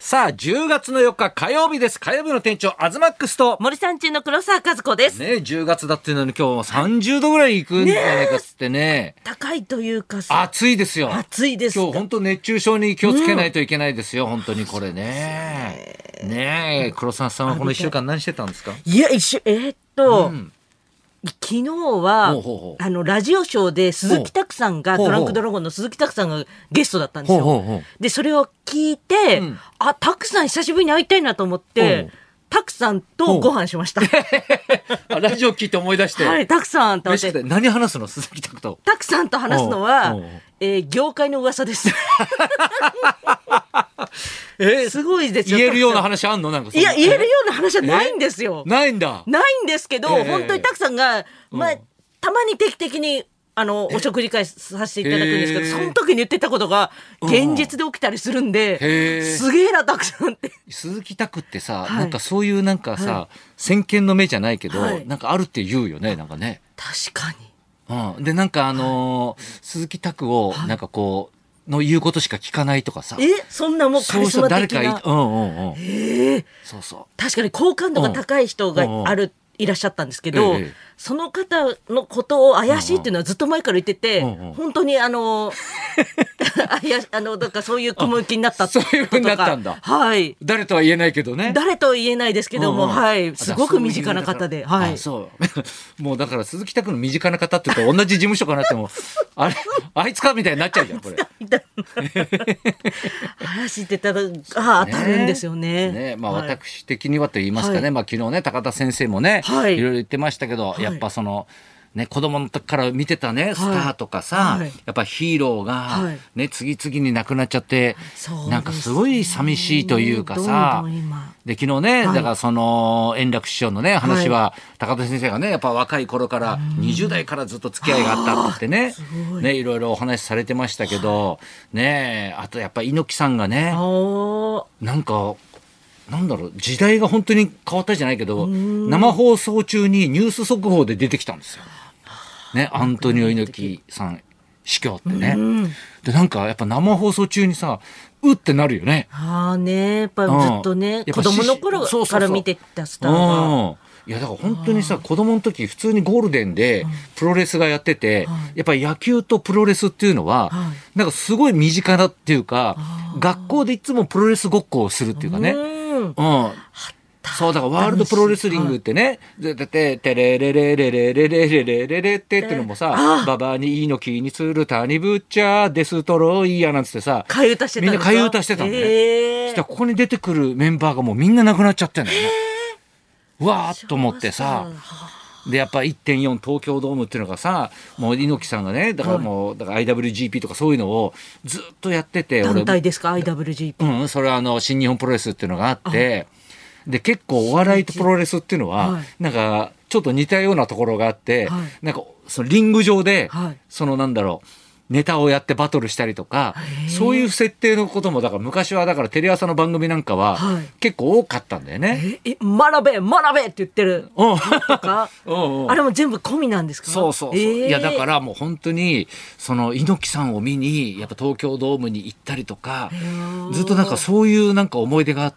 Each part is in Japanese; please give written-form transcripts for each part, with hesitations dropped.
さあ10月の4日火曜日です。火曜日の店長アズマックスと森さん中の黒沢和子ですね。10月だっていうのに今日は30度ぐらい行くんじゃないかっつってね。 高いというか暑いですよ。 暑いです今日本当熱中症に気をつけないといけないですよ、本当にこれね。ねえ、黒沢さんはこの1週間何してたんですか？ いや昨日はラジオショーで鈴木拓さんがドランクドラゴンの鈴木拓さんがゲストだったんですよ。でそれを聞いて、拓さん久しぶりに会いたいなと思って拓さんとご飯しました。 ラジオ聞いて思い出して、 はい、拓さんと会って。 何話すの？鈴木拓と拓さんと話すのは業界の噂です。すごいですよ。 言えるような話あんの？なんかいや、言えるような話はないんですよ。 ないんだ。 ないんですけど、本当にたくさんが、たまに定期的にお食事会させていただくんですけど、その時に言ってたことが現実で起きたりするんで、すげえなたくさんって。 鈴木拓ってさ、なんかそういうなんかさ、先見の目じゃないけど、なんかあるって言うよね、なんかね。 確かに。でなんか鈴木拓をなんかこうの言うことしか聞かないとかさ。 そんなもうカリスマ的な。 誰かそうそう。 確かに好感度が高い人がいらっしゃったんですけど、その方のことを怪しいっていうのはずっと前から言ってて、本当にだからそういう雲行きになったとか。 そういう風になったんだ。 はい。 誰とは言えないけどね。 誰とは言えないですけども、はい。すごく身近な方で。はい。 そう。もうだから鈴木拓の身近な方って言うと同じ事務所かなっても、あいつかみたいになっちゃうじゃん、これ。 話してたら、当たるんですよね。 私的にはと言いますかね、昨日ね、高田先生もね、いろいろ言ってましたけど、やっぱその、ね、子供の時から見てたね、スターとかさ、やっぱヒーローが、ね、次々に亡くなっちゃって、なんかすごい寂しいというかさ、で、昨日ね、だからその、円楽師匠のね、話は、高田先生がね、やっぱ若い頃から、20代からずっと付き合いがあったってね、いろいろお話しされてましたけど、ね、あとやっぱ猪木さんがね、なんか、なんだろう、時代が本当に変わったじゃないけど、生放送中にニュース速報で出てきたんですよ。ね、アントニオ猪木さん死去ってね。で、なんかやっぱ生放送中にさ、うってなるよね。 やっぱずっとね、子供の頃から見てたスターが。 いやだから本当にさ、子供の時普通にゴールデンでプロレスがやってて、やっぱり野球とプロレスっていうのは、なんかすごい身近だっていうか、学校でいつもプロレスごっこをするっていうかね。そうだからワールドプロレスリングってね、テレレレレレレレレレレレってってのもさ、ババに猪木にするタニブッチャーデストロイヤーなんつってさ、 替え歌してたんですか？ みんな替え歌してたのね。そしたらここに出てくるメンバーがもうみんな亡くなっちゃってんだよね。うわーっと思ってさ。でやっぱ 1.4 東京ドームっていうのがさ、もう猪木さんがね、だからもうだから IWGP とかそういうのをずっとやってて、 団体ですか IWGP？ それは新日本プロレスっていうのがあって、で結構お笑いとプロレスっていうのは、なんかちょっと似たようなところがあって、なんかそのリング上で、そのなんだろう、ネタをやってバトルしたりとか、そういう設定のこともだから昔はだからテレ朝の番組なんかは結構多かったんだよね。 学べって言ってるとかあれも全部込みなんですか？ そう、いやだからもう本当にその猪木さんを見にやっぱ東京ドームに行ったりとか、ずっとなんかそういうなんか思い出があって、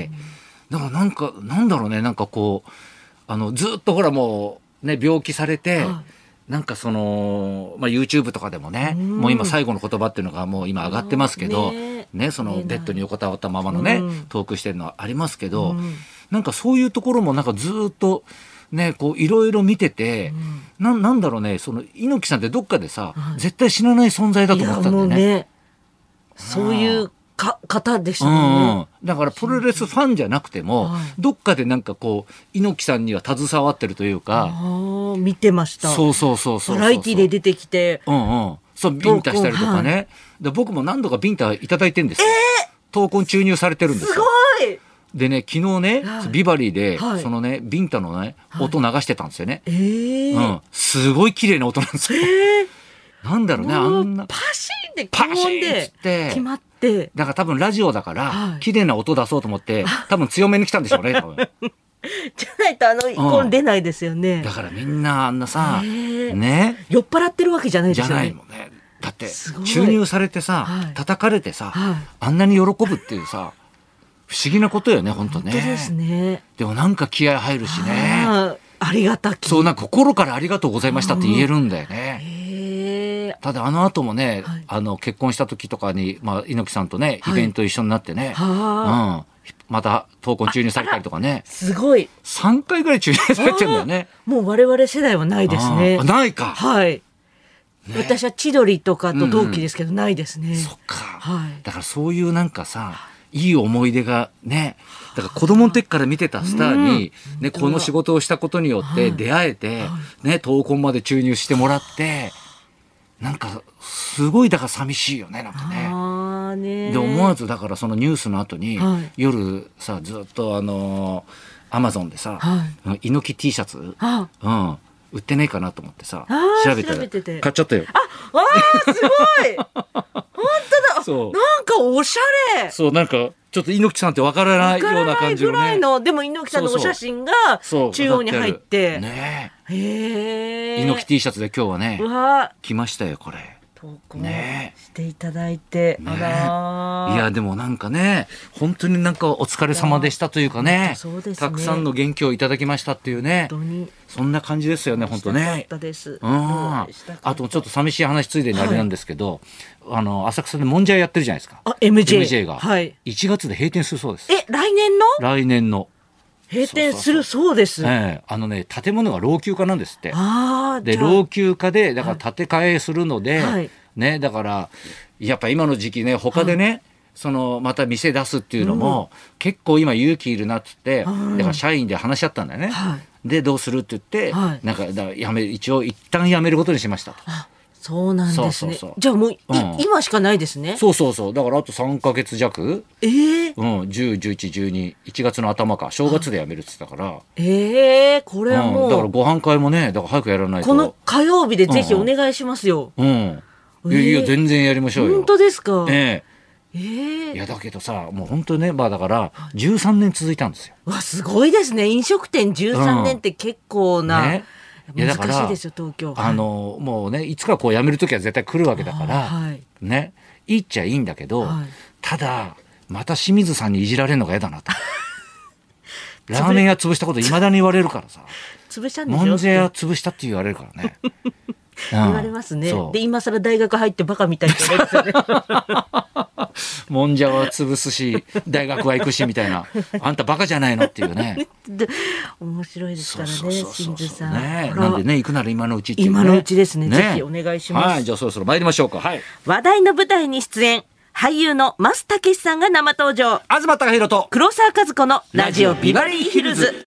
だからなんかなんだろうね、なんかこうずっとほらもうね病気されて、なんかその、YouTube とかでもね、もう今最後の言葉っていうのがもう今上がってますけど、ね、そのベッドに横たわったままのね、トークしてるのはありますけど、なんかそういうところもなんかずっとね、こういろいろ見てて、なんだろうね、その猪木さんってどっかでさ、絶対死なない存在だと思ったんだよね。 そういう方でしたね。 だからプロレスファンじゃなくても、どっかでなんかこう猪木さんには携わってるというか、 見てました。 そうバラエティで出てきて、 そうビンタしたりとかね。で僕も何度かビンタいただいてるんですよ。闘魂注入されてるんですよ。 すごい。 でね、昨日ね、ビバリーでそのねビンタのね音流してたんですよね。すごい綺麗な音なんですよ。なんだろうね、あんなパシーンで高音で決まって、 だから多分ラジオだから綺麗な音出そうと思って多分強めに来たんでしょうね、多分。 じゃないとイコン出ないですよね。 だからみんなあんなさ、ね、 酔っ払ってるわけじゃないですよね。 じゃないもんね。だって注入されてさ、叩かれてさ、あんなに喜ぶっていうさ、 不思議なことよね、本当ね。 本当ですね。 でもなんか気合入るしね。 ありがたき。 そう、なんか心からありがとうございましたって言えるんだよね。ただあの後もね、結婚した時とかに、猪木さんとね、イベント一緒になってね、また闘魂注入されたりとかね。 すごい。 3回ぐらい注入されてるんだよね。 もう我々世代はないですね。 ないか。 はい。私は千鳥とかと同期ですけど、ないですね。 そっか。だからそういうなんかさ、いい思い出がね、だから子供の時から見てたスターに、ね、この仕事をしたことによって出会えて、ね、闘魂まで注入してもらって、なんかすごいだから寂しいよね、なんかね。で思わずだからそのニュースの後に、夜さずっとアマゾンでさ、猪木 T シャツ、売ってねえかなと思ってさ、調べて買っちゃったよ。 わあ、すごい。本当だ。そう。なんかおしゃれ。 そう、なんかちょっと猪木さんってわからないような感じのね。 ぐらいの、でも猪木さんのお写真が中央に入って。 ねえ。猪木 T シャツで今日はね、来ましたよこれ。 投稿していただいて、 いやでもなんかね、本当になんかお疲れ様でしたというかね、たくさんの元気をいただきましたっていうね、そんな感じですよね、本当ね。あとちょっと寂しい話ついでにあれなんですけど、浅草でもんじゃやってるじゃないですか。MJ が1月で閉店するそうです。 来年の？ 来年の。 閉店するそうです。 建物が老朽化なんですって。で老朽化でだから建て替えするので、ね、だからやっぱ今の時期ね、他でね、また店出すっていうのも、結構今勇気いるなっつって、だから社員で話し合ったんだよね。でどうするって言って、なんか一応一旦やめることにしましたと。 そうなんですね。じゃあもう今しかないですね。 そうだからあと3ヶ月弱。10、11、12、1月の頭か正月で辞めるって言ってたから。 これはもうだからご飯会もね、だから早くやらないと。 この火曜日でぜひお願いしますよ。 いや全然やりましょうよ。 本当ですか。 いやだけどさ、もう本当ね、だから13年続いたんですよ。 わ、すごいですね。飲食店13年って結構な。難しいですよ、東京。 もうね、いつかこう辞める時は絶対来るわけだから、ね、いいっちゃいいんだけど、ただまた清水さんにいじられるのが嫌だなと。ラーメン屋潰したこといまだに言われるからさ。 潰したんでしょ。 もんじゃ屋潰したって言われるからね。 言われますね。で今更大学入ってバカみたいって言われるんですよね。 もんじゃは潰すし大学は行くしみたいな、あんたバカじゃないのっていうね。 面白いですからね、清水さん。 なんでね、行くなら今のうちっていうね。 今のうちですね。ぜひお願いします。 じゃあそろそろ参りましょうか。 話題の舞台に出演、俳優の増武さんが生登場。 東貴博と黒沢和子のラジオビバリーヒルズ。